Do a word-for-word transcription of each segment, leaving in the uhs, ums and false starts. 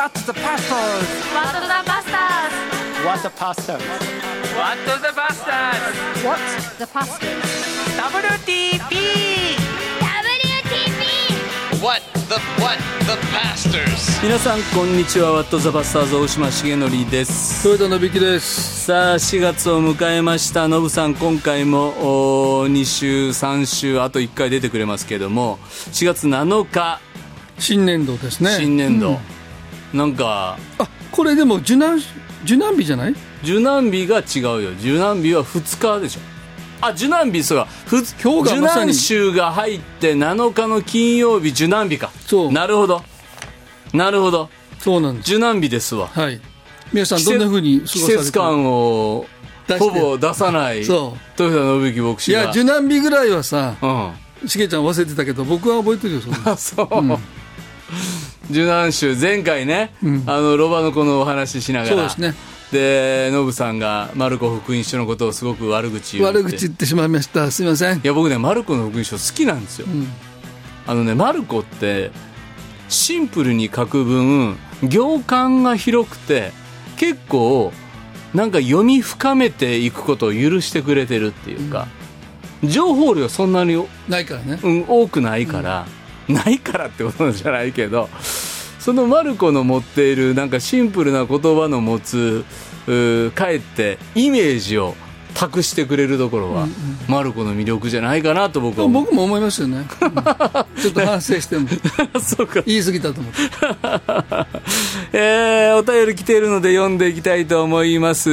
What the Pastors? What the Bastards? What the Pastors? What the Bastards? What the Pastors? ダブリューティーピーダブリューティーピー What the What the Pastors? 皆さんこんにちは。ワットザバスターズ大島重則です。 豊田信之です。 さあしがつを迎えました。ノブさん今回もに週さん週あといっかい出てくれますけども、しがつなのか新年度ですね。 新年度、 うん、 なんかあこれでも受難受難日じゃない？ 受難日が違うよ。受難日はふつかでしょ。あ、受難日、そうか、 今日がまさに受難週が入ってなのかの金曜日、受難日か。 そう、 なるほどなるほど、 そうなんです。 受難日ですわ。 はい、皆さんどんな風に過ごされてる？ 季節感をほぼ出さないそう豊田信之牧師が。 いや受難日ぐらいはさ、 うん、 しげちゃん忘れてたけど僕は覚えてるよ。そんなあ、そう、うん、受難週前回ね、うん、あのロバの子のお話ししながら、 そうですね。 でノブさんがマルコ福音書のことをすごく悪口言って悪口言ってしまいました。すいません。 いや僕ねマルコの福音書好きなんですよ、うん、あのねマルコってシンプルに書く分行間が広くて結構なんか読み深めていくことを許してくれてるっていうか、うん、情報量そんなにないからね、 うん、多くないから、うん、ないからってことじゃないけど、そのマルコの持っているなんかシンプルな言葉の持つかえってイメージを託してくれるところは、うんうん、マルコの魅力じゃないかなと僕は思う。 僕も思いますよね、うん、ちょっと反省してもそうか、 言い過ぎたと思ってえー、お便り来ているので読んでいきたいと思います。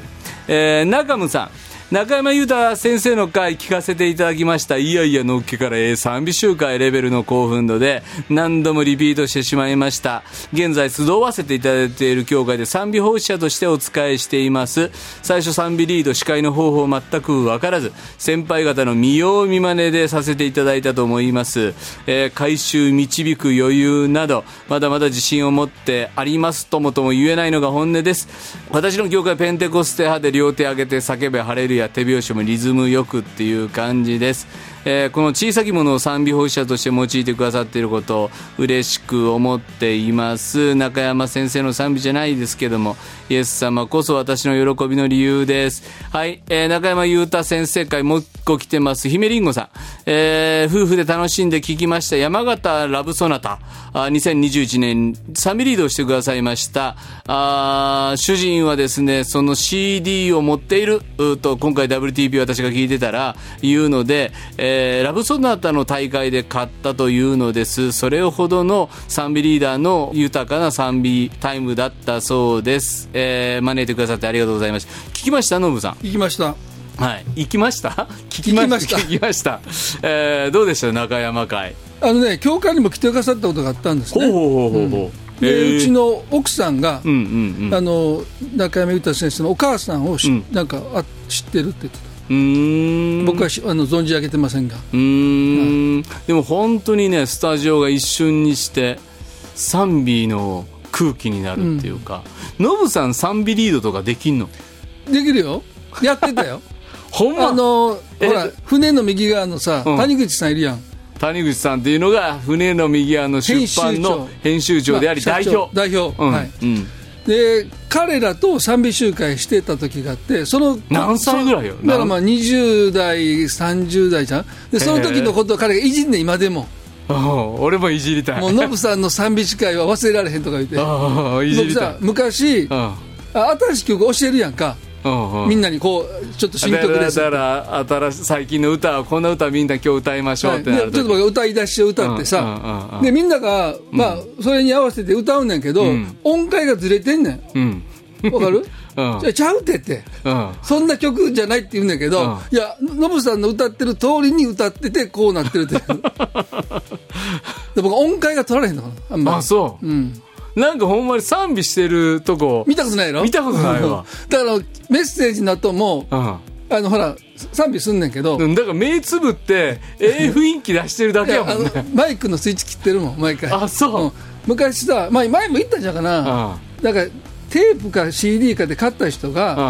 えー、中村さん、中山裕太先生の回聞かせていただきました。いやいやのっけから、えー、賛美集会レベルの興奮度で何度もリピートしてしまいました。現在集わせていただいている教会で賛美奉仕者としてお仕えしています。最初賛美リード司会の方法全く分からず、先輩方の見よう見まねでさせていただいたと思います。えー、回収導く余裕などまだまだ自信を持ってありますともとも言えないのが本音です。私の教会ペンテコステ派で両手上げて叫べハレルヤ、手拍子もリズムよくっていう感じです。えー、この小さきものを賛美奉仕者として用いてくださっていることを嬉しく思っています。中山先生の賛美じゃないですけども、イエス様こそ私の喜びの理由です。はい、えー、中山裕太先生会もう一個来てます。姫りんごさん、えー、夫婦で楽しんで聞きました山形ラブソナタ、あにせんにじゅういちねん賛美リードをしてくださいました。あ主人はですねその シーディー を持っていると今回 ダブリューティーピー 私が聞いてたら言うので、えー、ラブソナタの大会で買ったというのです。それほどの賛美リーダーの豊かな賛美タイムだったそうです。えー、招いてくださってありがとうございました。聞きましたノブさん？ 聞きました。 はい、行きました聞きました聞きました、えー、どうでした中山会？ あのね教会にも来てくださったことがあったんですね。 ほうほうほうほう、うんでえー、うちの奥さんが、 うんうんうん、 あの中山裕太先生のお母さんを、うん、なんかあ知ってるって言ってた。 うーん僕はあの存じ上げてませんが、 うーん、はい、でも本当にねスタジオが一瞬にして賛美の空気になるっていうか、ノブ、うん、さん賛美リードとかできんの？ できるよ、やってたよほんまあのほら船の右側のさ、うん、谷口さんいるやん。 谷口さんっていうのが船の右側の出版の編集長であり代表、 代表、 うん、 はい、 うん、 で彼らと賛美集会してた時があって、その何歳ぐらいよ？ だからまあにじゅう代さんじゅう代じゃん。でその時のことを彼がいじんね今でも。 俺もいじりたい。 もうノブさんの賛美集会は忘れられへんとか言ってあいじりたい。 昔あ新しい曲教えるやんか、うんうん、みんなにこうちょっと新曲ですだから新し最近の歌こんな歌みんな今日歌いましょうってなる、はい、 ちょっと歌い出しを歌ってさ、うんうんうんうん、でみんなが、まあ、それに合わせて歌うねんけど、うん、音階がずれてんねん、うん、わかるうん、じゃあちゃうてって、うん、そんな曲じゃないって言うんだけど、うん、いやノブさんの歌ってる通りに歌っててこうなってるってで僕音階が取られへんのかなあんまり。 あそう、うん、なんかほんまに賛美してるとこ見たことないやろ。 見たことないわだからメッセージの後も、うん、あのほら賛美すんねんけど、 だから目つぶってええ雰囲気出してるだけやもんねマイクのスイッチ切ってるもん毎回。 あそう、うん、 昔さ、まあ、前も言ったんじゃうかな、うん、だからテープか シーディー かで買った人が、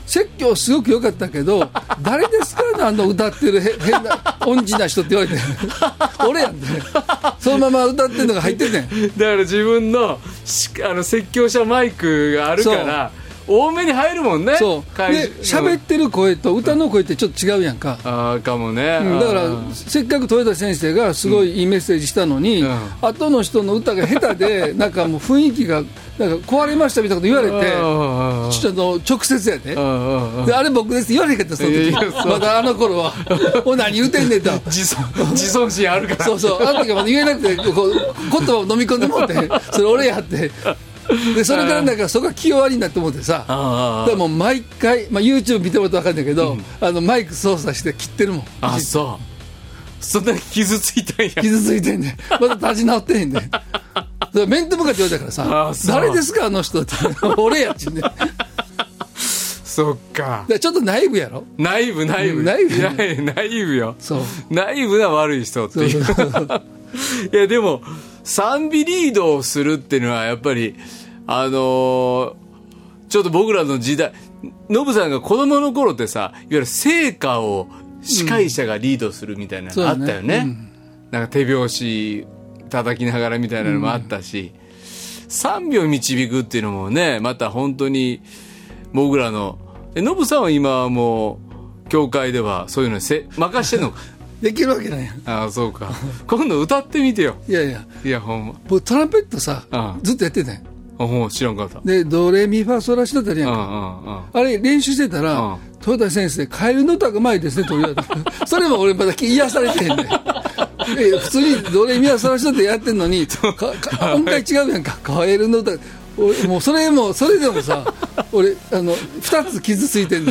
説教すごく良かったけど誰ですかあの歌ってる変な音痴な人って言われて俺やんで、ね、そのまま歌ってるのが入っててん。 だから自分 の, あの説教者マイクがあるから多めに入るもんね。 そうで喋ってる声と歌の声ってちょっと違うやんか。 あかもね、 うん、だからせっかく豊田先生がすごいいいメッセージしたのに、うん、後の人の歌が下手でなんかもう雰囲気がなんか壊れましたみたいなこと言われてちょっと直接やで、であれ僕ですって言われへんかったその時。まだあの頃はお何言うてんねんと自尊自尊心あるからそうそうあの時はまだ言えなくてこう言葉を飲み込んでもってそれ俺やってでそれからなんかそこが気弱になって思ってさ、でも毎回、まあ、YouTube 見てもらったら分かるんだけど、うん、あのマイク操作して切ってるもん。 あそうそんなに傷ついたんや。 傷ついてんねんまだ立ち直ってへんねん面と向かって言われたからさ誰ですかあの人って俺やっちゅうねそっかちょっとナイブやろ。 ナイブナイブナイブナイブナイブよ。 そうナイブな悪い人っていういやでも賛美リードをするっていうのはやっぱりあのー、ちょっと僕らの時代ノブさんが子供の頃ってさいわゆる聖歌を司会者がリードするみたいなのがあったよね、うんねうん、なんか手拍子叩きながらみたいなのもあったし、うん、賛美を導くっていうのもねまた本当に僕らのえノブさんは今はもう教会ではそういうのせ任してんのかできるわけないやん。 ああそうか今度歌ってみてよ。 いやいやいやほんま僕トランペットさああずっとやってたんや。 あほん知らんかった。 でドレミファソラシだったりやんか。ああああれ練習してたら豊田先生カエルの歌がうまいですねと言われたそれも俺まだ癒されてへんねん普通にドレミファソラシだってやってんのに音階違うやんかカエルの歌俺もうそれもそれでもさ俺あのふたつ傷ついてんねん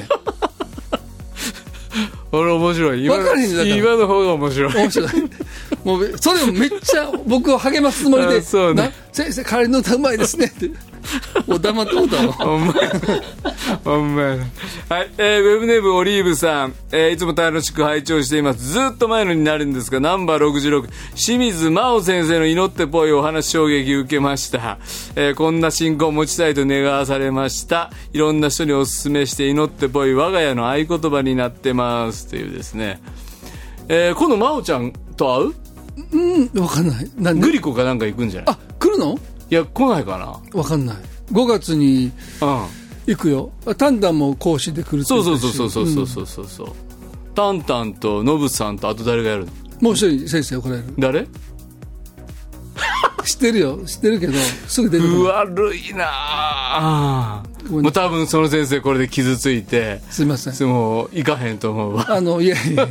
俺面白い 今, 分かれへんだから今の方が面白い面白いもうそれもめっちゃ僕を励ますつもりでそう、ね、 先生彼の歌うまいですねってもう黙ってもうたわほんまやほんまやはい、えー、ウェブネームオリーブさん、えー、いつも楽しく拝聴しています。ずっと前のになるんですがナンバーろくじゅうろく清水真央先生の祈ってぽいお話衝撃受けました、えー、こんな信仰を持ちたいと願わされました。いろんな人にお勧めして祈ってぽい我が家の合言葉になってますというですね、えー、今度真央ちゃんと会う？ うん分かんない。なんでグリコかなんか行くんじゃない？ あ来るの？ いや来ないかな分かんない。ごがつに行くよ。タンタンも講師で来るって言ったし。 そうそうそうそうそうそうそう、うん、タンタンとノブさんとあと誰がやるの？もう一人先生来られる。 誰？ 知ってるよ知ってるけどすぐ出てくる。 う悪いなあもう多分その先生これで傷ついてすいませんもう行かへんと思うわ。 あのいやいや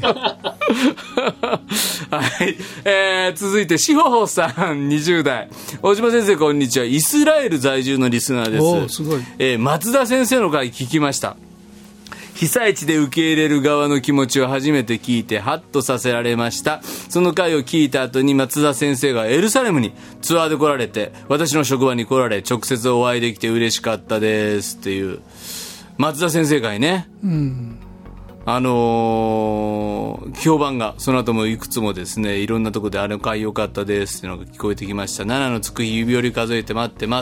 はい、えー、続いてしほほさんにじゅう代大島先生こんにちは。イスラエル在住のリスナーです。 おすごい、 えー、松田先生の回聞きました。被災地で受け入れる側の気持ちを初めて聞いてハッとさせられました。その回を聞いた後に松田先生がエルサレムにツアーで来られて私の職場に来られ直接お会いできて嬉しかったですっていう松田先生回ね、うん、あのー、評判がその後もいくつもですねいろんなところであの回良かったですっていうのが聞こえてきました。ななのつく日指折り数えて待ってます、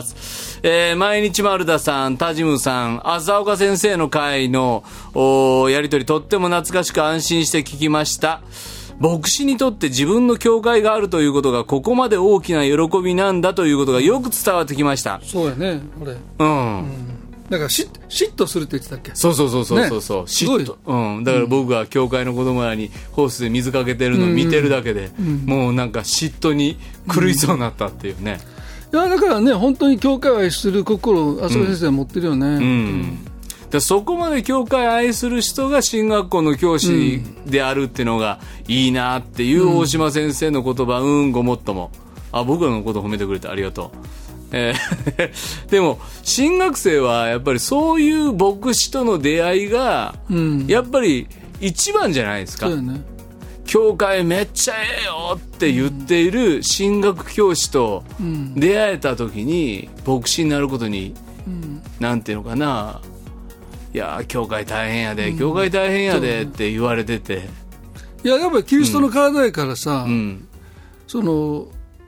えー、毎日丸田さんタジムさん浅岡先生の回のやり取りとっても懐かしく安心して聞きました。牧師にとって自分の教会があるということがここまで大きな喜びなんだということがよく伝わってきました。 そうやねこれうん、うんだから嫉妬するって言ってたっけ？ そうそうそうそうそう、ね、嫉妬、うん、だから僕が教会の子供らにホースで水かけてるのを見てるだけで、うんうん、もうなんか嫉妬に狂いそうになったっていうね、 うん、いやだからね本当に教会を愛する心を浅田先生は持ってるよね、うんうんだそこまで教会を愛する人が進学校の教師であるっていうのがいいなっていう大島先生の言葉、うん、うんごもっともあ僕らのことを褒めてくれてありがとう。えー、でも新学生はやっぱりそういう牧師との出会いがやっぱり一番じゃないですか、うんそうだね、教会めっちゃええよって言っている進学教師と出会えた時に牧師になることに、うん、なんていうのかないや教会大変やで、うん、教会大変やでって言われてて、 いややっぱりキリストの体やからさ、うん、その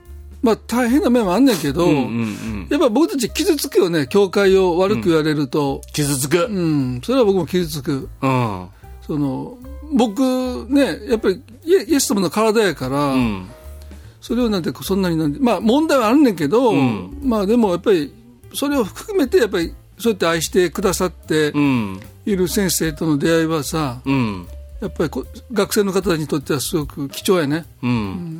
まあ、大変な面もあんねんけど、うんうんうん、やっぱ僕たち傷つくよね、教会を悪く言われると、 うん、傷つく、 うん、それは僕も傷つく、うん、その僕ね、やっぱりイエス様の体やから、うん、それをなんてそんなになんで、まあ、問題はあるねんけど、うん、まあ、でもやっぱりそれを含めてやっぱりそうやって愛してくださっている先生との出会いはさ、うん、やっぱり学生の方にとってはすごく貴重やね、うんうん、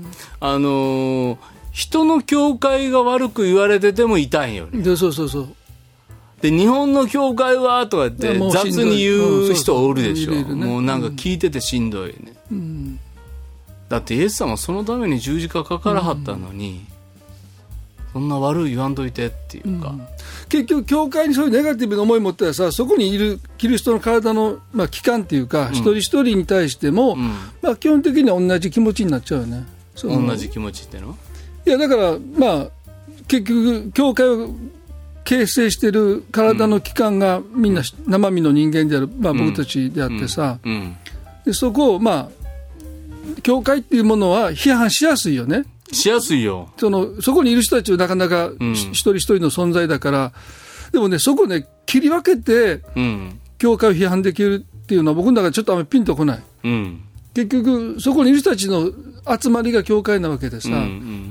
あのー、人の教会が悪く言われてても痛いよね。 でそうそうそうで日本の教会はとかって雑に言う人おるでしょ。もうなんか聞いててしんどいね、うん、だってイエス様はそのために十字架かからはったのに、うん、そんな悪い言わんといてっていうか、うん、 結局教会にそういうネガティブな思いを持ったらさ、そこにいるキリストの体の、まあ、器官っていうか、うん、一人一人に対しても、うん、まあ、基本的には同じ気持ちになっちゃうよね。 その同じ気持ちってのいやだからまあ結局教会を形成している体の器官がみんな生身の人間である、まあ、僕たちであってさ、うんうん、でそこをまあ教会っていうものは批判しやすいよね。 しやすいよ。 そのそこにいる人たちはなかなか、うん、一人一人の存在だから。でもね、そこね切り分けて、うん、教会を批判できるっていうのは僕の中でちょっとあんまりピンとこない、うん、結局そこにいる人たちの集まりが教会なわけでさ、うんうん、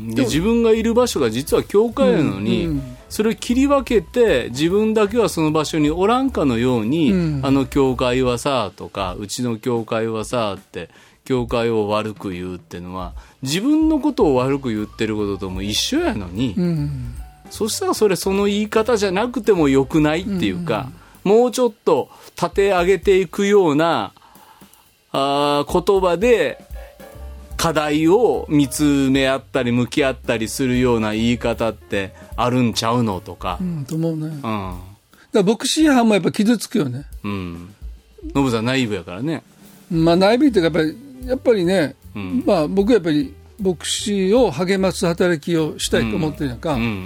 で自分がいる場所が実は教会なのに、うんうん、それを切り分けて自分だけはその場所におらんかのように、うん、あの教会はさとかうちの教会はさって教会を悪く言うっていうのは自分のことを悪く言ってることとも一緒やのに、うん、そしたらそれその言い方じゃなくてもよくないっていうか、うん、もうちょっと立て上げていくようなあ言葉で課題を見つめ合ったり向き合ったりするような言い方ってあるんちゃうのとか、 うん、と思うね、うん、だから牧師派もやっぱ傷つくよね。 うん、ノブさんナイーブやからね。 まあナイーブっていうかやっぱりやっぱりね、うん、まあ僕はやっぱり牧師を励ます働きをしたいと思ってるやんか、うんうんうんうん、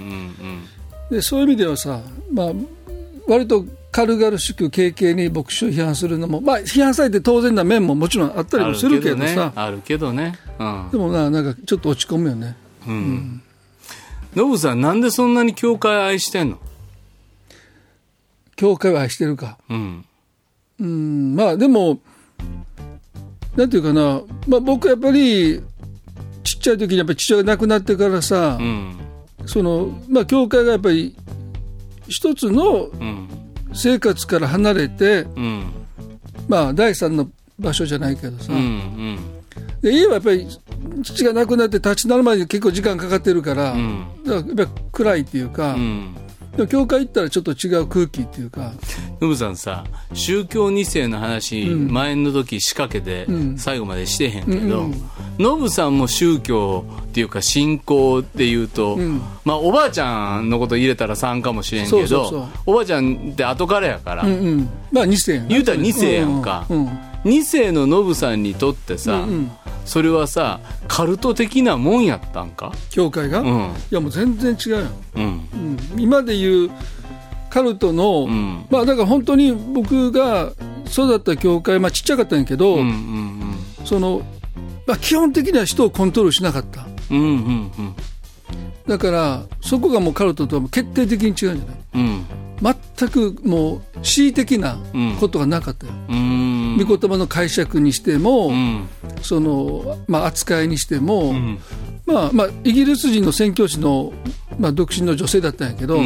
でそういう意味ではさ、まあ割と軽々しく軽々に牧師を批判するのも、まあ批判されて当然な面ももちろんあったりもするけどさ、 あるけどね、 うん、でもな、なんかちょっと落ち込むよね。うん、うん、 ノブさんなんでそんなに教会愛してんの？ 教会を愛してるか、うん、うん、まあでもなんていうかな、まあ、僕やっぱりちっちゃい時にやっぱり父親が亡くなってからさ、うん、そのまあ教会がやっぱり一つの生活から離れて、うん、まあ第三の場所じゃないけどさ、うんうん、で家はやっぱり父が亡くなって立ち直るまでに結構時間かかってるから、うん、だからやっぱり暗いっていうか、うん、でも教会行ったらちょっと違う空気っていうか。 ノブさんさ、宗教に世の話、うん、前の時仕掛けて最後までしてへんけど、うん、ノブさんも宗教っていうか信仰っていうと、うん、まあおばあちゃんのこと入れたらさんかもしれんけど、そうそうそう、おばあちゃんって後からやから、うんうん、 まあに世やん、 言うたらに世やんか、うんうん、に世のノブさんにとってさ、うんうん、それはさカルト的なもんやったんか？ 教会が、うん、いやもう全然違うよ、うんうん、今で言うカルトの、うん、まあだから本当に僕が育った教会、まあちっちゃかったんやけど、うんうんうん、その、まあ、基本的には人をコントロールしなかった、うんうんうん、だからそこがもうカルトとは決定的に違うんじゃない、うん、全くもう恣意的なことがなかったよ、うん、御言葉の解釈にしても、うん、その、まあ、扱いにしても、うん、まあまあ、イギリス人の宣教師の、まあ、独身の女性だったんやけど、うんうん、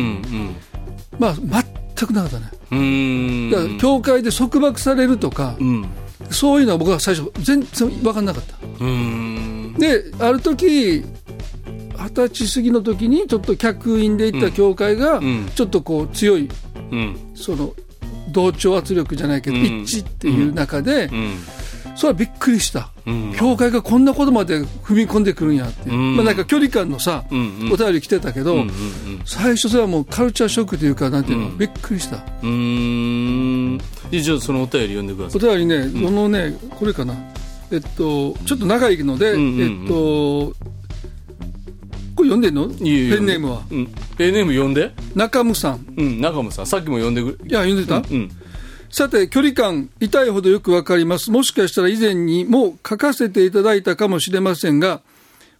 まあ、全くなかったね。うーん、だから教会で束縛されるとか、うん、そういうのは僕は最初全然分かんなかった。うーん、である時二十歳過ぎの時にちょっと客員で行った教会がちょっとこう強い、うん、その同調圧力じゃないけど、うん、一致っていう中で、うんうん、それはびっくりした、うん、教会がこんなことまで踏み込んでくるんやっていう、うん、まあ、なんか距離感のさ、うんうん、お便り来てたけど、うんうんうん、最初それはもうカルチャーショックというかなんていうの、うん、びっくりした。うーん、じゃあそのお便り読んでください。 お便りね、このね、これかな、えっとちょっと長いので、うんうんうん、えっとこれ読んでんの？いいペンネームは、 うん、ペンネーム読んで。 中武さん、 うん、中武さんさっきも読んでくれ。 いや読んでた、うんうん、さて距離感痛いほどよくわかります。もしかしたら以前にも書かせていただいたかもしれませんが、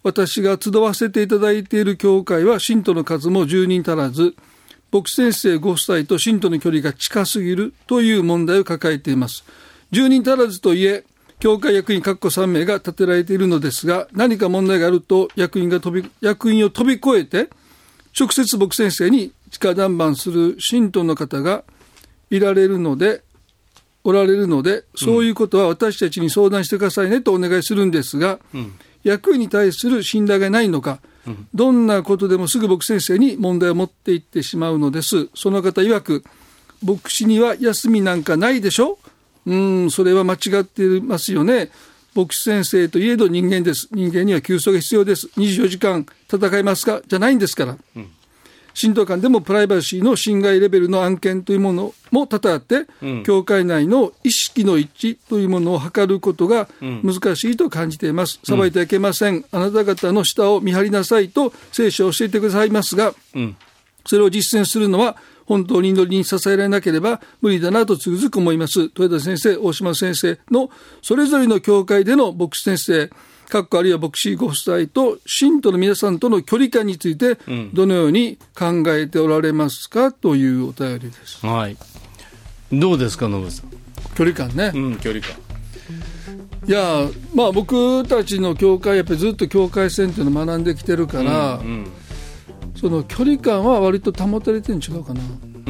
私が集わせていただいている教会は信徒の数もじゅうにん足らず、牧師先生ご夫妻と信徒の距離が近すぎるという問題を抱えています。じゅうにん足らずといえ、教会役員かっこさんめいが立てられているのですが、何か問題があると役員が飛び役員を飛び越えて直接牧師先生に直談判する信徒の方がいられるのでおられるので、そういうことは私たちに相談してくださいねとお願いするんですが、うん、役員に対する信頼がないのか、うん、どんなことでもすぐ牧師先生に問題を持っていってしまうのです。その方曰く、牧師には休みなんかないでしょ。うーん、それは間違っていますよね。牧師先生といえど人間です。人間には休息が必要です。にじゅうよじかん戦いますかじゃないんですから、うん、信徒間でもプライバシーの侵害レベルの案件というものも多々あって、うん、教会内の意識の一致というものを図ることが難しいと感じています。うん、裁いてはいけません。あなた方の舌を見張りなさいと聖書を教えてくださいますが、うん、それを実践するのは本当に祈りに支えられなければ無理だなとつくづく思います。豊田先生、大島先生のそれぞれの教会での牧師先生、かっこあるいは牧師ご夫妻と信徒の皆さんとの距離感についてどのように考えておられますかというお便りです。 はい。どうですか、ノブさん。 距離感ね。 うん、距離感。 いや、まあ僕たちの教会やっぱりずっと教会選というのを学んできてるから、うんうん、その距離感は割と保たれてるん違うかな。うん。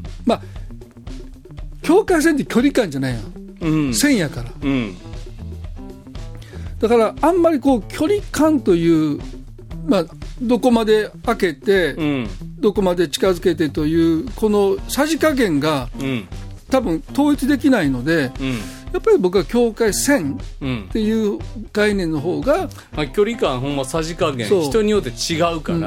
まあ教会選って距離感じゃないやん。うん、線やから。うん。だからあんまりこう距離感という、まあ、どこまで開けて、うん、どこまで近づけてというこのさじ加減が、うん、多分統一できないので、うん、やっぱり僕は境界線っていう概念の方が、うんまあ、距離感ほんまさじ加減人によって違うから、うんうんうん、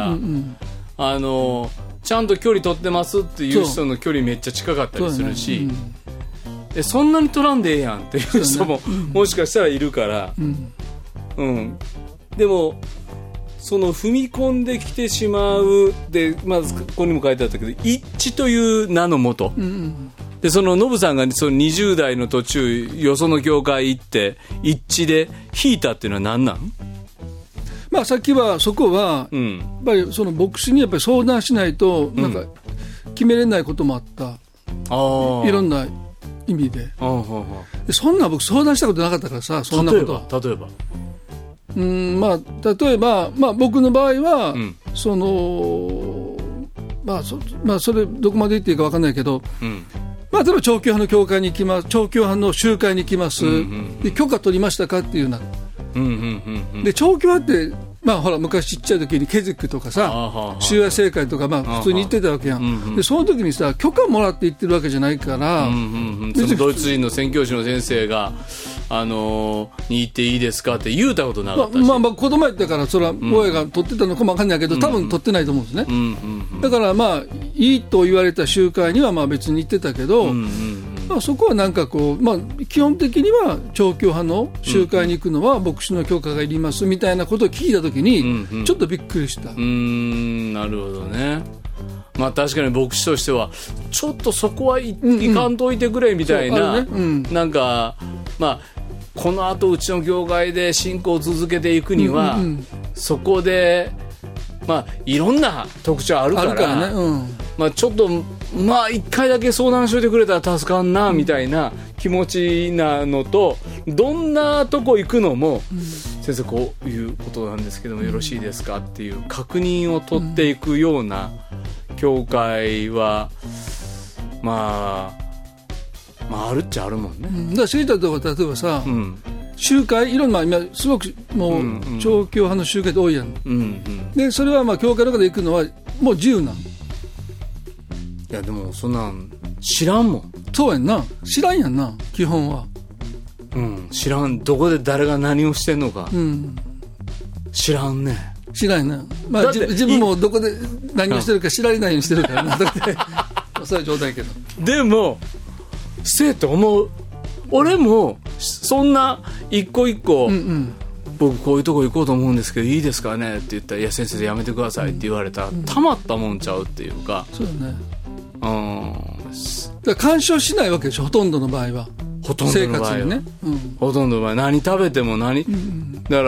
あのちゃんと距離取ってますっていう人の距離めっちゃ近かったりするし、そ, そ, えそんなに取らんでええやんっていう人も、ねうん、もしかしたらいるから、うんうん、でもその踏み込んできてしまうで、まずここにも書いてあったけど一致という名のもと、うんうん、でそのノブさんがそのにじゅう代の途中よその教会行って一致で引いたっていうのは何なん？まあさっきはそこは、うん、やっぱりその牧師にやっぱり相談しないとなんか決めれないこともあった、うん、あいろんな意味で、あでそんな僕相談したことなかったからさ、そんなことは例えばうんまあ、例えば、まあ、僕の場合は、うん、そのまあ そ, まあそれどこまで言っていいか分かんないけど、うんまあ、例えば長距離派の教会に行きます、長距離派の集会に行きます、うんうんうん、で許可取りましたかっていうな、うんうんうんうん、で長距離派ってまあ、ほら昔ちっちゃい時にケズックとかさ修和聖会とかまあ普通に行ってたわけやん、うんうん、でその時にさ許可もらって行ってるわけじゃないから、うんうんうん、そのドイツ人の宣教師の先生があのー、に行っていいですかって言うたことなかったし、まあ、まあ子供やったからそれは親が取ってたのかもわかんないけど、うん、多分取ってないと思うんですね、うんうんうん、だからまあいいと言われた集会にはまあ別に行ってたけど、うんうんまあ、そこはなんかこう、まあ、基本的には長距派の集会に行くのは牧師の許可がいりますみたいなことを聞いたときに、うんうん、ちょっとびっくりした。うーんなるほどね。まあ確かに牧師としてはちょっとそこはい、うんうん、いかんといてくれみたいな、ねうん、なんかまあこの後うちの業界で信仰を続けていくには、うんうんうん、そこでまあいろんな特徴あるから、あるからね、うんまあ、ちょっとまあ一回だけ相談しといてくれたら助かんなみたいな気持ちなのと、どんなとこ行くのも、うん、先生こういうことなんですけどもよろしいですかっていう確認を取っていくような教会は、まあ、まああるっちゃあるもんね、うん、だから知りたいところ例えばさ、うん集会いろんな今すごくもう長距派の集会って多いやん、うんうん、でそれはまあ教会の中で行くのはもう自由なん。いやでもそんなん知らんもん。そうやんな、知らんやんな基本は、うん、知らんどこで誰が何をしてんのか、うん、知らんね知らんな、まあ、自分もどこで何をしてるか知られないようにしてるからなだってそれは冗談やけどでもせえと思う。俺もそんな一個一個、うんうん、僕こういうとこ行こうと思うんですけどいいですかねって言ったら、いや先生やめてくださいって言われたら、うん、たまったもんちゃうっていうか、そうだね、うん、だから干渉しないわけでしょほとんどの場合は。ほとんどの場合は生活にね、うん、ほとんどの場合何食べても何、うんうん、だから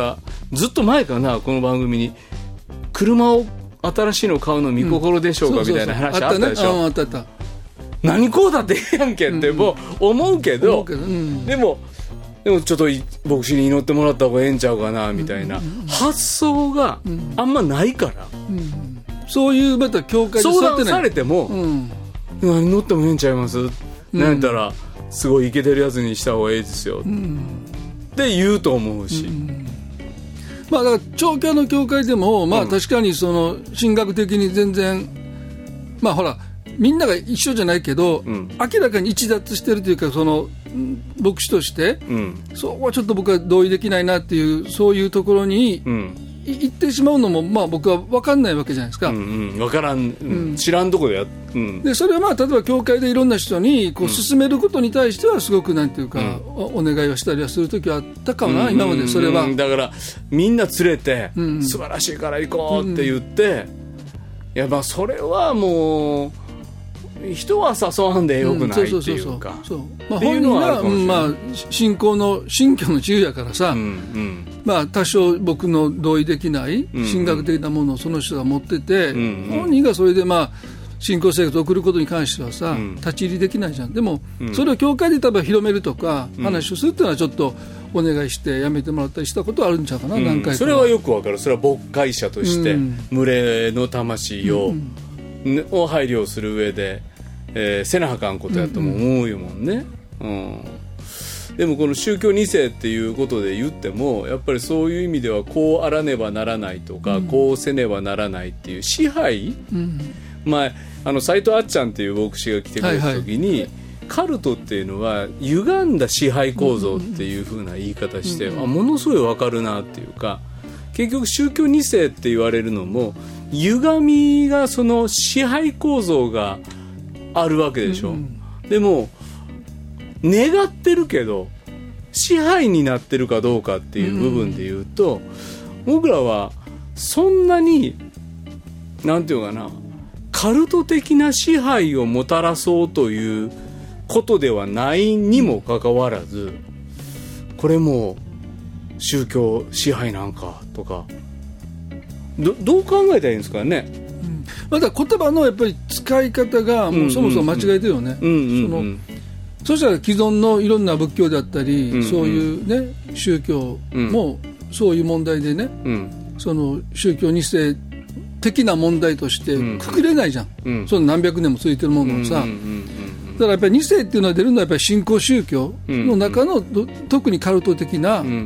ずっと前かなこの番組に車を新しいの買うの見心でしょうか、うん、みたいな話あったでしょ。 あったね、あったあった。 何こうだってええやんけってもう思うけど、うんうん、でもでもちょっと牧師に祈ってもらった方がええんちゃうかなみたいな発想があんまないから、 うんうん、そういうまた教会で相談されても、うん、何祈ってもええんちゃいます、うん、なんやったらすごいイケてるやつにした方がいいですよ、うん、って言うと思うし、うん、 まあだから長教の教会でもまあ確かにその神学的に全然まあほらみんなが一緒じゃないけど、うん、明らかに逸脱してるというかその牧師として、うん、そこはちょっと僕は同意できないなっていうそういうところに、うん、行ってしまうのもまあ僕は分かんないわけじゃないですか、うんうん、 分からん、うん、知らんとこでや、うん、 でそれはまあ例えば教会でいろんな人にこう進めることに対してはすごくなんていうか、うん、お願いをしたりはするときはあったかもな、うん、今までそれは、うん、 だからみんな連れて、うん、素晴らしいから行こうって言って、うん、いやまあそれはもう人は誘わんでよくないっていうか本人が、うんまあ、信仰の信教の自由やからさ、うんうんまあ、多少僕の同意できない神学的なものをその人が持ってて、うんうん、本人がそれでまあ信仰生活を送ることに関してはさ、うん、立ち入りできないじゃん。でも、うん、それを教会で多分広めるとか、うん、話をするっていうのはちょっとお願いしてやめてもらったりしたことはあるんちゃうかな、うん、何回か。 それはよくわかる。それは牧会者として、うん、群れの魂を、うんを配慮する上で、えー、せなはかんことやとも思うよもんね、うんうんうん、でもこの宗教に世っていうことで言ってもやっぱりそういう意味ではこうあらねばならないとか、うん、こうせねばならないっていう支配、うん、前あの斉藤あっちゃんっていう牧師が来てくれた時に、はいはい、カルトっていうのは歪んだ支配構造っていう風な言い方して、うんうん、あものすごいわかるなっていうか結局宗教に世って言われるのも歪みがその支配構造があるわけでしょ、うん、でも願ってるけど支配になってるかどうかっていう部分で言うと、うん、僕らはそんなになんていうかなカルト的な支配をもたらそうということではないにもかかわらずこれも宗教支配なんかとか ど, どう考えたらいいんですかね、うん、 また言葉のやっぱり使い方がもうそもそも間違えてるよね。そしたら既存のいろんな仏教であったり、うんうん、そういうね宗教もそういう問題でね、うん、その宗教に世的な問題としてくくれないじゃん、うん、その何百年も続いてるものをさ、うんうんうんうん、だからやっぱりに世っていうのは出るのはやっぱり新興宗教の中の、うんうん、特にカルト的な、うんうん、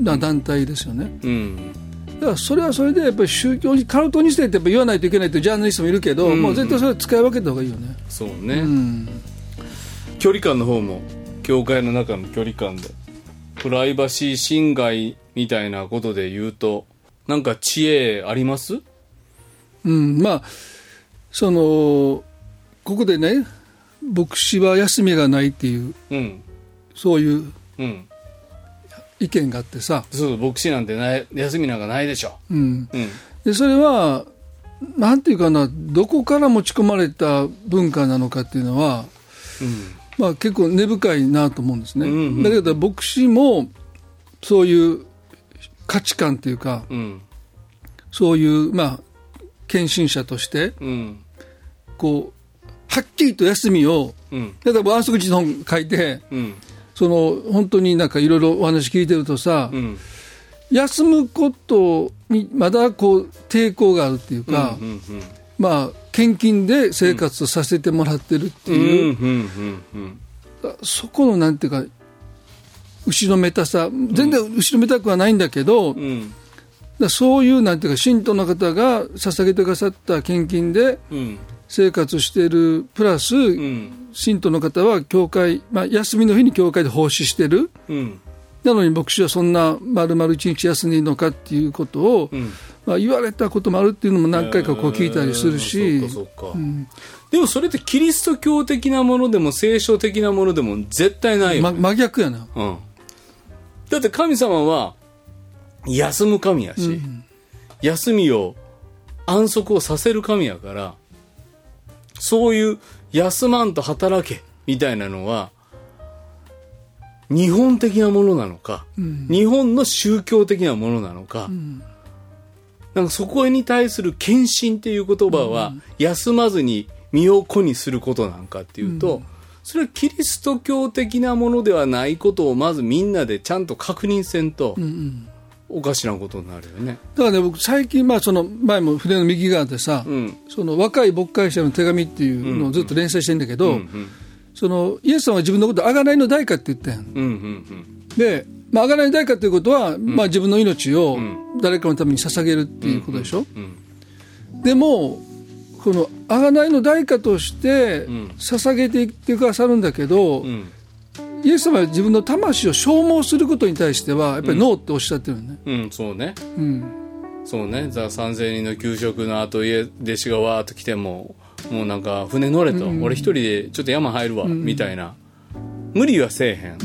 な団体ですよね、うん、だからそれはそれでやっぱり宗教にカルトに世ってやっぱ言わないといけないというジャーナリストもいるけど、うんうん、もう絶対それは使い分けた方がいいよね。 そうね、うん、距離感の方も教会の中の距離感でプライバシー侵害みたいなことで言うとなんか知恵あります？ うん、まあそのここでね牧師は休みがないっていう、うん、そういう意見があってさ、 うん、そう牧師なんてない休みなんかないでしょ、うんうん、 でそれはなんていうかなどこから持ち込まれた文化なのかっていうのは、うんまあ、結構根深いなと思うんですね、うんうん、だけど牧師もそういう価値観というか、うん、そういうまあ献身者として、うん、こうはっきりと休みを、うん、例えば安息日の本書いて、うん、その本当になんかいろいろお話聞いてるとさ、うん、休むことにまだこう抵抗があるっていうか、うんうんうん、まあ献金で生活させてもらってるっていう、うんうんうんうん、そこのなんていうか後ろめたさ全然後ろめたくはないんだけど、うんだそういうなんていうか信徒の方が捧げてくださった献金で生活しているプラス、うん、信徒の方は教会、まあ、休みの日に教会で奉仕してる、うん、なのに牧師はそんな丸々一日休んでいいのかっていうことを、うんまあ、言われたこともあるっていうのも何回かこう聞いたりするし、えー、そうかそうか、うん、 でもそれってキリスト教的なものでも聖書的なものでも絶対ないよ、 ま、真逆やな、 うん、だって神様は休む神やし、うん、休みを安息をさせる神やからそういう休まんと働けみたいなのは日本的なものなのか、 うん、 日本の宗教的なものなのか、うん、なんかそこに対する献身っていう言葉は休まずに身を粉にすることなんかっていうと、うん、それはキリスト教的なものではないことをまずみんなでちゃんと確認せんと、うんうん、おかしなことになるよね。 だからね、僕最近、まあ、その前も筆の右側でさ、うん、その若い牧会者の手紙っていうのをずっと連載してるんだけど、うんうん、そのイエスさんは自分のことを贖いの代価って言ったやん、うんうんうん、で、まあ、贖いの代価ということは、うんまあ、自分の命を誰かのために捧げるっていうことでしょ、うんうんうん、でもこの贖いの代価として捧げていってくださるんだけど、うん、イエス様は自分の魂を消耗することに対してはやっぱりノーっておっしゃってるね、 うんうん、そうね、うん、そうね。ザさんぜんにんの給食の後家弟子がわーっと来てももうなんか船乗れと、うん、俺一人でちょっと山入るわ、うん、みたいな無理はせえへん、うんうん、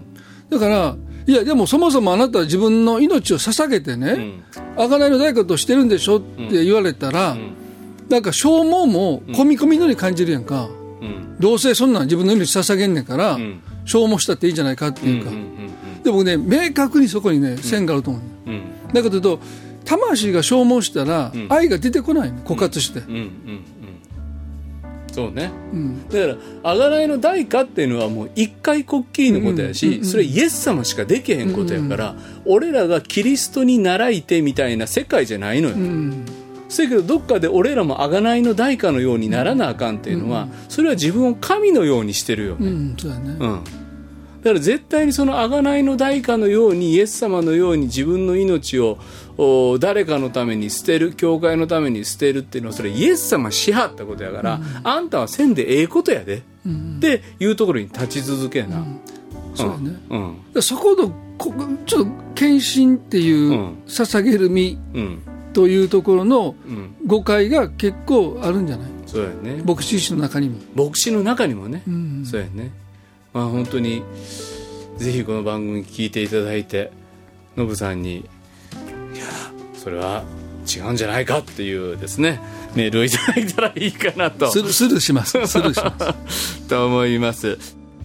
だからいやでもそもそもあなたは自分の命を捧げてね、うん、贖いの代価としてるんでしょって言われたら、うんうんなんか消耗も込み込みのように感じるやんか、うん、どうせそんなん自分の命捧げんねんから、うん、消耗したっていいんじゃないかっていうか、うんうんうんうん、でもね明確にそこにね線があると思う、うんうん、だけどと魂が消耗したら、うん、愛が出てこないの枯渇して、うんうんうんうん、 そうね、うん、だから贖いの代価っていうのはもう一回こっきりのことやし、うんうんうん、それイエス様しかできへんことやから、うんうん、俺らがキリストに習いてみたいな世界じゃないのよ、うんだけどどっかで俺らも贖いの代価のようにならなあかんっていうのは、うん、それは自分を神のようにしてるよね、うんそうだねうん、だから絶対にその贖いの代価のようにイエス様のように自分の命を誰かのために捨てる教会のために捨てるっていうのはそれイエス様しはったことやから、うん、あんたはせんでええことやで、うん、っていうところに立ち続けな、うん、 そうだね、うんうん、そこのこちょっと献身っていう、うん、捧げる身、うんというところの誤解が結構あるんじゃない、うん、そうやね。牧師の中にも牧師の中にもね、うんうん、そうやね。まあ本当にぜひこの番組聞いていただいてノブさんにいやそれは違うんじゃないかっていうですねメールをいただいたらいいかなとスルースルーしますスルーしますと思います。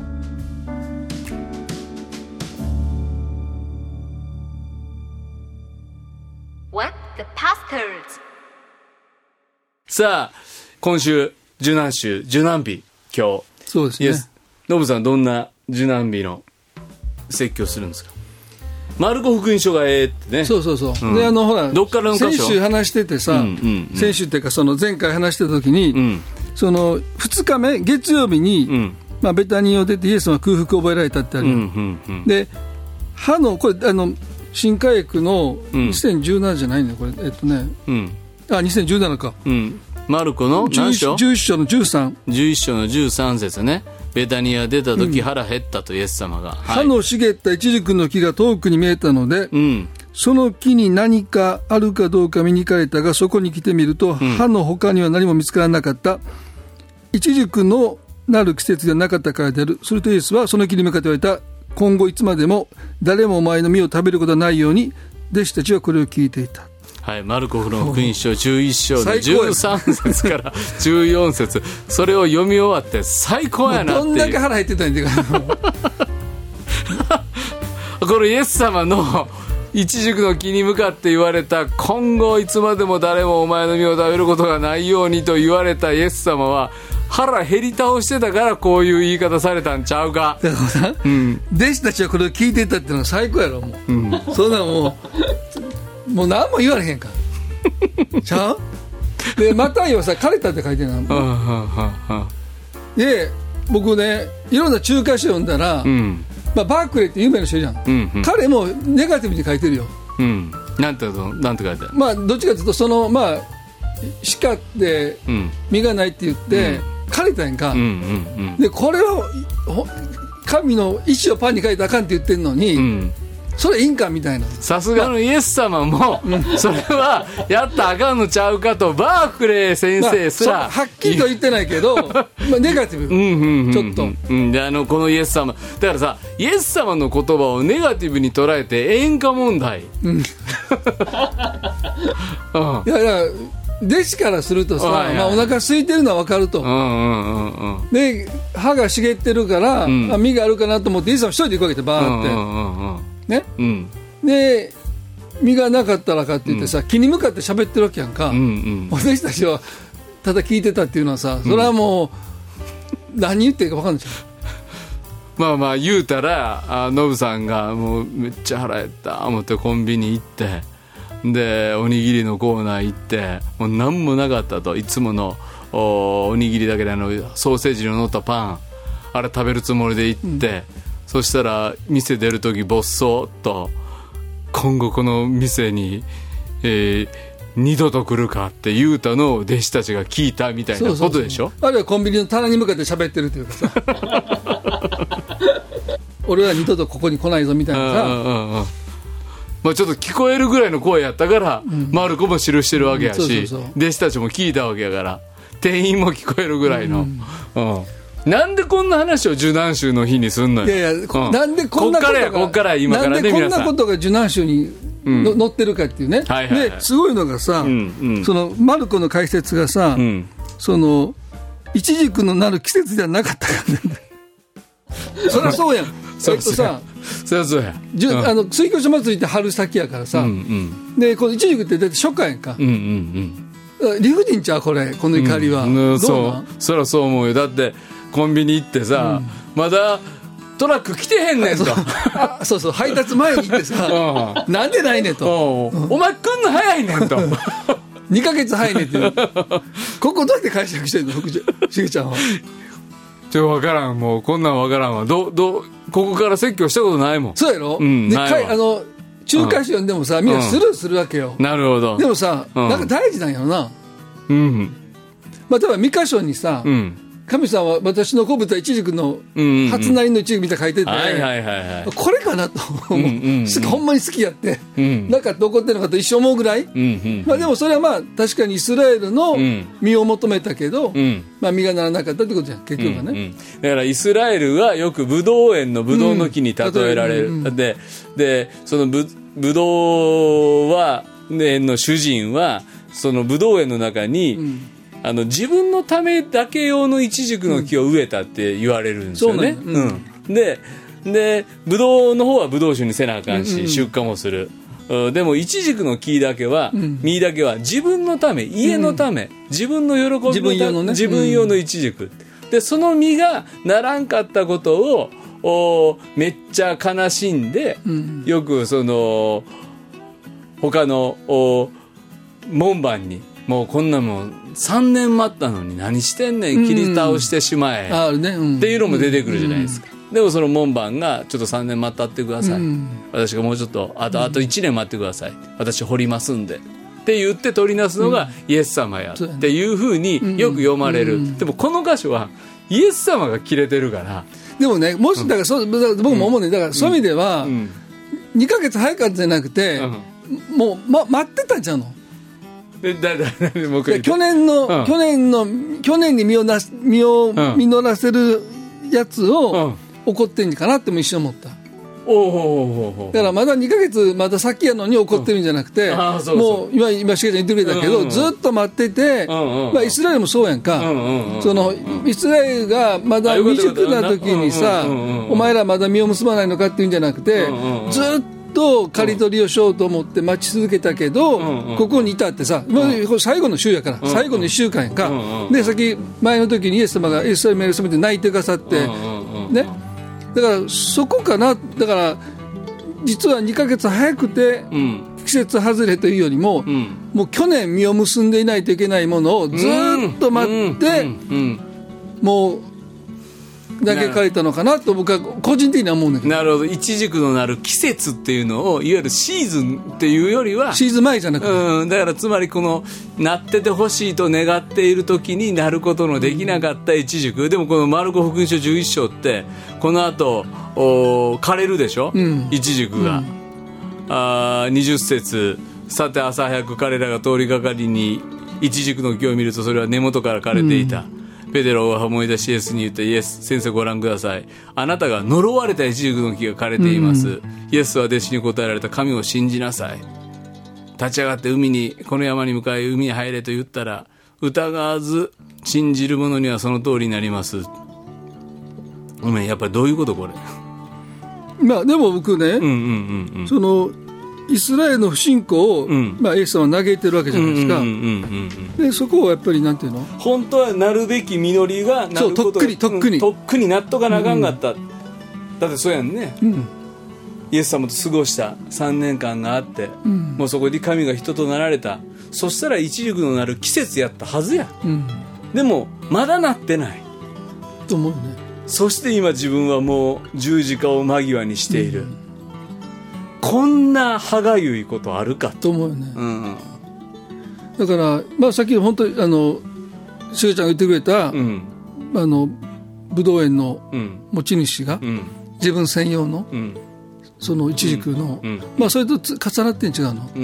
さあ今週受難週受難日今日そうですね。 ノブさんどんな受難日の説教するんですか。マルコ福音書がええってね。 そうそうそう、うん、であのほらどっからの箇所先週話しててさ、うんうんうん、先週っていうかその前回話してた時に、うん、そのふつかめ月曜日に、うんまあ、ベタニーを出てイエスは空腹を覚えられたってある、うんうんうん、で歯のこれあの新科学のにせんじゅうななじゃないねこれえっとね、うん、あにせんじゅうななか、 うん、マルコの何章じゅういっ章のじゅうさんじゅういっ章のじゅうさん節ね。ベタニア出た時、うん、腹減ったとイエス様が、 はい、葉の茂ったイチジクの木が遠くに見えたので、うん、その木に何かあるかどうか見に行かれたがそこに来てみると、うん、葉の他には何も見つからなかった。イチジクのなる季節ではなかったからである。するとイエスはその木に向かって言われた。今後いつまでも誰もお前の実を食べることはないように弟子たちはこれを聞いていた。 はい、マルコの福音書じゅういっ章のじゅうさん節からじゅうよん節それを読み終わって最高やなっていう。 どんだけ腹減ってたんやこのイエス様のイチジクの木に向かって言われた今後いつまでも誰もお前の実を食べることがないようにと言われたイエス様は腹減り倒してたからこういう言い方されたんちゃうか。 だからさ、うん、弟子たちはこれを聞いてたっていうのが最高やろもう、うん、そんなもうもう何も言われへんからちゃうでマタイはさ枯れたって書いてるので僕ねいろんな中華書読んだら、うんまあ、バークレーって有名な人じゃん、うんうん、彼もネガティブに書いてるよ、 うん、なんてなんて書いてある。 まあどっちかというとそのまあ鹿で実がないって言って、うん、枯れたやんか、うんうんうん、でこれを神の意志をパンに書いたらあかんって言ってんのに、うん、それいいんかみたいな。 さすがのイエス様もそれはやったらあかんのちゃうかとバークレー先生すら、 まあ、はっきりと言ってないけどまあネガティブ、うんうんうん、ちょっと、 うん、であのこのイエス様だからさイエス様の言葉をネガティブに捉えて演歌問題、うん、 いやいや弟子からするとさ、 はいはい、 まあ、お腹空いてるのは分かると、 うんうんうんうん、 で歯が茂ってるから、うん、まあ、身があるかなと思ってイエス様一人で行くわけでバーって、うんうんうん、ね、うん、で身がなかったらかって言ってさ、うん、木に向かって喋ってるわけやんか、うんうん、私たちはただ聞いてたっていうのはさ、それはもう、うん、何言ってるか分かんないじゃん。 まあまあ言うたらあノブさんがもうめっちゃ腹減った思ってコンビニ行ってでおにぎりのコーナー行ってもう何もなかったと、いつもの お, おにぎりだけであのソーセージの乗ったパンあれ食べるつもりで行って、うん、そしたら店出る時ボッソーっと今後この店に、えー、二度と来るかって言うたのを弟子たちが聞いたみたいなことでしょ。そうそうそう、あるいはコンビニの棚に向かって喋ってるというかさ俺は二度とここに来ないぞみたいなさ、うんうんうん、まあ、ちょっと聞こえるぐらいの声やったから、うん、マルコも記してるわけやし、うん、そうそうそう、弟子たちも聞いたわけやから店員も聞こえるぐらいの、うんうん、なんでこんな話を受難週の日にすんのよ。いやいや、うん、なんでこんなことがこっからやこっから今からね、皆さんなんでこんなことが受難週にの、うん、載ってるかっていうね、はいはいはい、ですごいのがさ、うんうん、そのマルコの解説がさ、うん、そのイチジクのなる季節ではなかったからねそりゃそうやんそりゃそうや、そりゃそうや、うん、あの水郷書祭りって春先やからさ、うんうん、でこのイチジクってだって初夏やんか、うんうんうん、理不尽ちゃうこれこの怒りは、うんうん、そうそりゃそう思うよ。だってコンビニ行ってさ、うん、まだトラック来てへんねんとそうそうそう、配達前に行ってさなんでないねんと、うん、お前来んの早いねんとにかげつ早いねんってここどうやって解釈してんのしげちゃんは。ちょ分からん、もうこんなん分からんわ。どどここから説教したことないもん。そうやろ、うん、であの中華史読んでもさ、みんなスルーするわけよ、うん、なるほど。でもさ、うん、なんか大事なんやろな、うん、まあ、例えば三箇所にさ、うん、神さんは私の好物はイチジクの初なりのイチジクみたいな書いてて、これかなとうんうん、うん、ほんまに好きやって、うん、なんかどこってんのかと一生思うぐらい、うんうん、まあ、でもそれはまあ確かにイスラエルの身を求めたけど、うん、まあ、身がならなかったってことじゃん結局はね、うんうん、だからイスラエルはよくブドウ園のブドウの木に例えられる、うん、で, でその ブ, ブドウは園の主人はそのブドウ園の中に、うん、あの自分のためだけ用のイチジクの木を植えたって言われるんですよね、うんうんうん、で, でブドウの方はブドウ酒にせなあかんし、うんうん、出荷もする。でもイチジクの木だけは、うん、実だけは自分のため、家のため、うん、自分の喜びのため、自分用のね、自分用のイチジク、うん、でその実がならんかったことをおめっちゃ悲しんで、うん、よくその他のお門番にもうこんなもんさんねん待ったのに何してんねん、切り倒してしまえ、うんね、うん、っていうのも出てくるじゃないですか、うんうん、でもその門番がちょっとさんねん待ったってください、うん、私がもうちょっとあとあといちねん待ってください、私掘りますんでって言って取り出すのがイエス様やっていうふうによく読まれる、うんうん、でもこの箇所はイエス様が切れてるから。でもね、もしだからそ、うん、僕も思うね、だからそういう意味では、うん、にかげつ早かったじゃなくて、うん、もう、ま、待ってたんちゃうの。でだだだもう去年の、うん、去年の去年に身をな身を実らせるやつを怒ってんじかなっても一瞬思った。おうおうおうおう、だからまだにかげつまだ先やのに怒ってるんじゃなくて、うん、そうそう、もう今今しげちゃん言ってくれたけど、うんうん、ずっと待ってて、うんうん、まあ、イスラエルもそうやんか、うんうんうん、そのイスラエルがまだ未熟な時にさ、うんうんうん、お前らまだ実を結ばないのかっていうんじゃなくて、うんうん、ずっと刈り取りをしようと思って待ち続けたけど、うんうん、ここにいたってさ、うん、最後の週やから、うん、最後のいっしゅうかんやんか、うんうん、でさっき前の時にイエス様がイスラエルに染めて泣いてくださって、うんうんうん、ね、だからそこかな。だから実はにかげつ早くて季節外れというよりも、うん、もう去年実を結んでいないといけないものをずっと待って、うんうんうん、もうだけ書いたのかなと僕は個人的には思うんだけど。なるほど。イチジクのなる季節っていうのをいわゆるシーズンっていうよりはシーズン前じゃなくて、うん、だからつまりこのなっててほしいと願っている時になることのできなかったイチジク、うん、でもこのマルコ福音書じゅういっ章ってこの後枯れるでしょ、うん、イチジクが、うん、あにじゅっ節、さて朝早く彼らが通りがかりにイチジクの木を見るとそれは根元から枯れていた、うん、ペテロが思い出しイエスに言って、イエス先生ご覧ください、あなたが呪われたイチジクの木が枯れています、うん、イエスは弟子に答えられた、神を信じなさい。 立ち上がって海にこの山に向かい海に入れと言ったら疑わず信じる者にはその通りになります。ごめん、やっぱりどういうことこれ。 まあでも僕ね、うんうんうんうん、そのイスラエルの不信仰を、うんまあ、イエス様は嘆いてるわけじゃないですか、うんうんうんうん、でそこをやっぱりなんていうの、 本当はなるべき実りがなること、 そうとっくにとっくに、 うん、とっくになっとかなあかんかった、うん、だってそうやんね、うん、イエス様と過ごしたさんねんかんがあって、うん、もうそこで神が人となられた。そしたら一軸のなる季節やったはずや、うん、でもまだなってないと思うね。 そして今自分はもう十字架を間際にしている、うん、こんな歯がゆいことあるかと思うよね、うん、だから、まあ、さっき本当にあのしげちゃんが言ってくれた、うん、あのぶどう園の持ち主が、うん、自分専用の、うん、その一軸の、うんうんまあ、それと重なってん違うの、うんうんうん、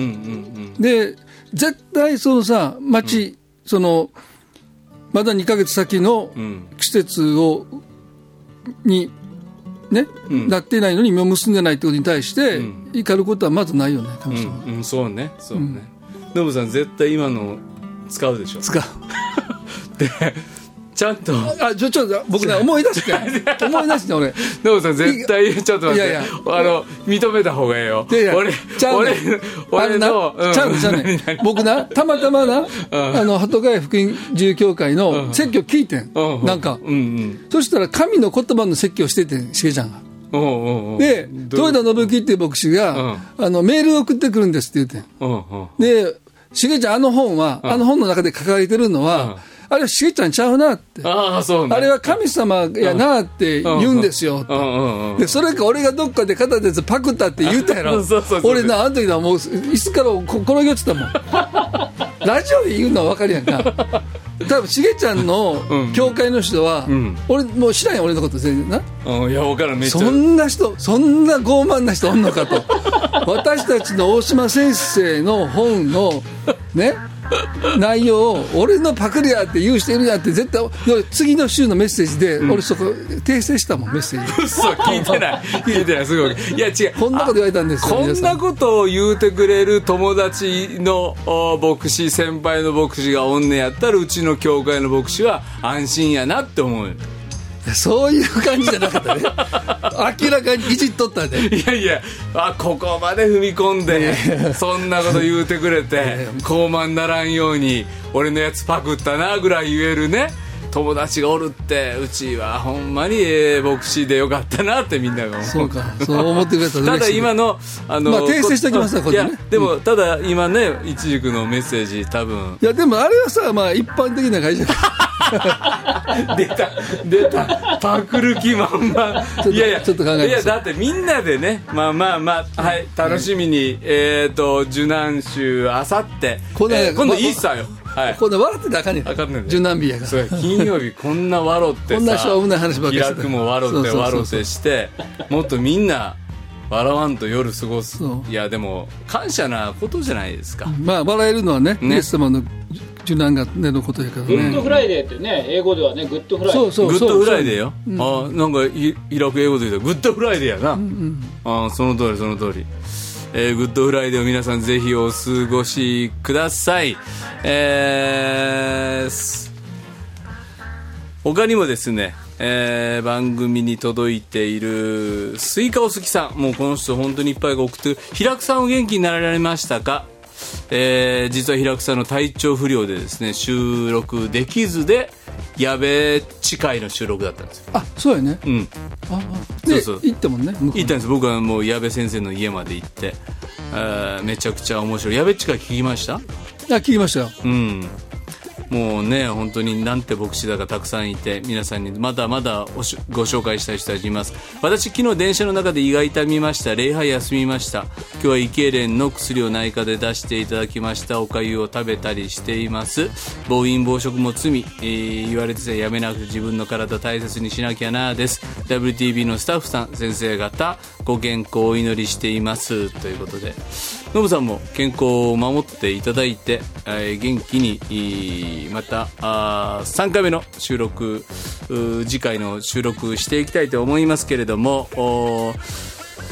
で絶対そのさ町、うん、そのまだにかげつ先の季節をにね、うん、なっていないのに実を結んでないってことに対して、うん、怒ることはまずないよね、神様は、 うんうん、そうねそうね、ノブ、うん、さん絶対今の使うでしょ。 使うでちゃんとあちょちょ僕ね思い出して思い出して俺ノブさん絶対ちょっと待って、いやいやあの認めた方がいいよ。いやいや俺ちゃうね俺のちゃうねちゃうね僕なたまたまな、うん、あの鳩ヶ谷福音自由教会の説教聞いてん、うん、なんか、うんうん、そしたら神の言葉の説教しててんしげちゃんが、うんうんうん、で豊田信之っていう牧師が、うん、あのメールを送ってくるんですって言ってん、うんうん、でしげちゃんあの本は、うん、あの本の中で書かれてるのは、うんあれはしげちゃんちゃうなって、 あ, そう、ね、 あれは神様やなって言うんですよって、うんうん、でそれか俺がどっかで片手でパクったって言ったやろそうそうそう俺なあの時はもう椅子から転げ落ちたもんラジオで言うのは分かるやんか多分しげちゃんの教会の人は、うん、俺もう知らんよ俺のこと全然な、 うん、いや分からんめっちゃそんな人そんな傲慢な人おんのかと私たちの大島先生の本のね内容を俺のパクリやって言う人いるやって絶対次の週のメッセージで俺そこ訂正したもんメッセージ嘘聞いてない聞いてないすごいいや違うこんなこと言われたんですよこんなことを言うてくれる友達の牧師先輩の牧師がおんねやったらうちの教会の牧師は安心やなって思う。 そういう感じじゃなかったね明らかにいじっとったねいやいやあここまで踏み込んでそんなこと言うてくれて高慢ならんように俺のやつパクったなぐらい言えるね友達がおるってうちはほんまにええ牧師でよかったなってみんなが思う。 そうかそう思ってくれたただ今のあの、 まあ、訂正しておきますわこれ、ね、 いやでもただ今ね一軸のメッセージ多分いやでもあれはさまあ一般的な会社出た出たパクる気満々いやいやちょっと考えていやだってみんなでねまあまあまあはい楽しみに、うん、えっ、ー、と受難週あさって今度イースターよはい、 こんな笑ってたらあかんねんあかんねん受難日やからそう金曜日こんな笑ってさこんなしょうもない話ばっかりして開くも笑って笑ってしてもっとみんな笑わんと夜過ごすいやでも感謝なことじゃないですか。 まあ笑えるのは ね, ねイエス様の受難がねのことやからね。 グッドフライデーってね英語ではねグッドフライデーそうそうそうグッドフライデーよ、うん、あなんか開く英語で言うとグッドフライデーやな、うんうん、あその通りその通りえー、グッドフライデーを皆さんぜひお過ごしください。えー、他にもですね、えー、番組に届いているスイカお好きさんもうこの人本当にいっぱいが送ってる平久さんお元気になられましたか。えー、実は平久さんの体調不良でですね収録できずで矢部地会の収録だったんですよ。 あそうやね、 うん、 ああでそうそう行ったもんね行ったんです。僕はもう矢部先生の家まで行って、えー、めちゃくちゃ面白い。矢部地会聞きました？あ聞きましたよ、 うん、もうね本当になんて牧師だかたくさんいて皆さんにまだまだご紹介したい人たちいます。私昨日電車の中で胃が痛みました。礼拝休みました。今日は胃痙攣の薬を内科で出していただきました。お粥を食べたりしています。暴飲暴食も罪、えー、言われててやめなくて自分の体大切にしなきゃなです。 ダブリューティービー のスタッフさん先生方ご健康をお祈りしていますということでノブさんも健康を守っていただいて、えー、元気にまたあさんかいめの収録次回の収録していきたいと思いますけれども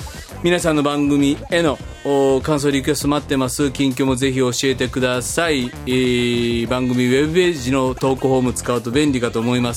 皆さんの番組への感想リクエスト待ってます。近況もぜひ教えてください。えー、番組ウェブページの投稿フォーム使うと便利かと思います。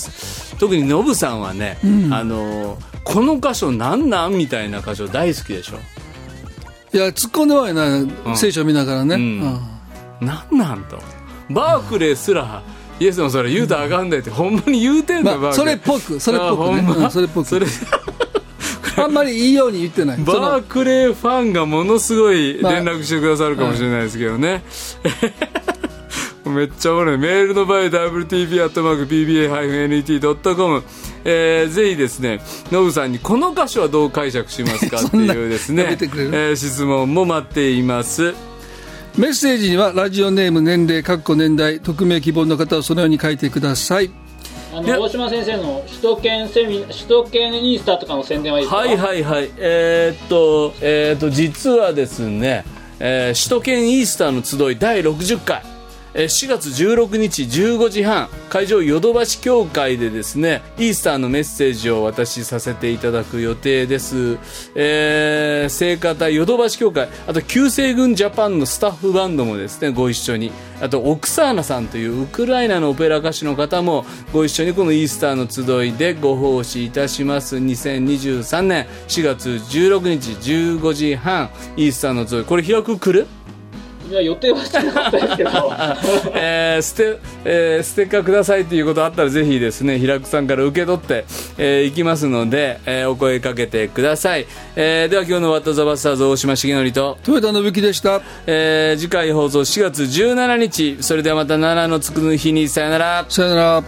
特にノブさんはね、うん、あのこの箇所なんなんみたいな箇所大好きでしょ。 いや突っ込んではいない、うん、聖書見ながらね、うんうん、なんなんとバークレーすらイエスもそれ言うたらあかんでって、ほんまに言うてんの、 まあ、それっぽくそれっぽくね、うん、それっぽくそれあんまりいいように言ってない。 バークレーファンがものすごい連絡してくださるかもしれないですけどね、まあ、めっちゃおもろい。メールの場合 ダブリューティーピー アットマーク ピービーエー エヌイーティー ドットコム、えー、ぜひですねノブさんにこの箇所はどう解釈しますかっていうですね、えー、質問も待っています。 メッセージにはラジオネーム、年齢、括弧年代、匿名希望の方はそのように書いてください。 あの大島先生の首都圏セミ首都圏イースターとかの宣伝はいいですか？ はいはいはい、えー、っとえー、っと実はですね、えー、首都圏イースターの集いだいろくじゅっかい、しがつじゅうろくにちじゅうごじはん会場ヨドバシ協会でですねイースターのメッセージを渡しさせていただく予定です。えー、聖歌隊ヨドバシ協会、あと旧西軍ジャパンのスタッフバンドもですねご一緒に、あとオクサーナさんというウクライナのオペラ歌手の方もご一緒にこのイースターの集いでご奉仕いたします。にせんにじゅうさんねんしがつじゅうろくにちじゅうごじはんイースターの集い、これ開く来る？ いや予定はしてなかったですけど、 えーステえー、ステッカーくださいということあったらぜひですね平久さんから受け取って、えー、いきますので、えー、お声かけてください。えー、では今日のワットザバスターズ大島重則と豊田信之でした。 えー、次回放送しがつじゅうしちにち、それではまたななのつく日にさよなら。 さよなら。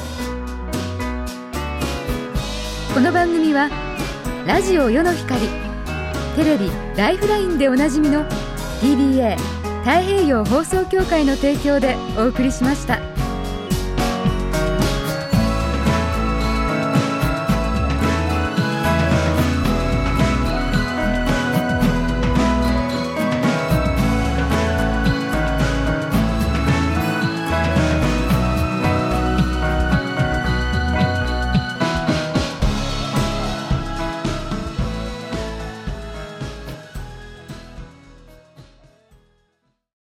この番組はラジオ世の光、テレビライフラインでおなじみの ティービーエー 太平洋放送協会の提供でお送りしました。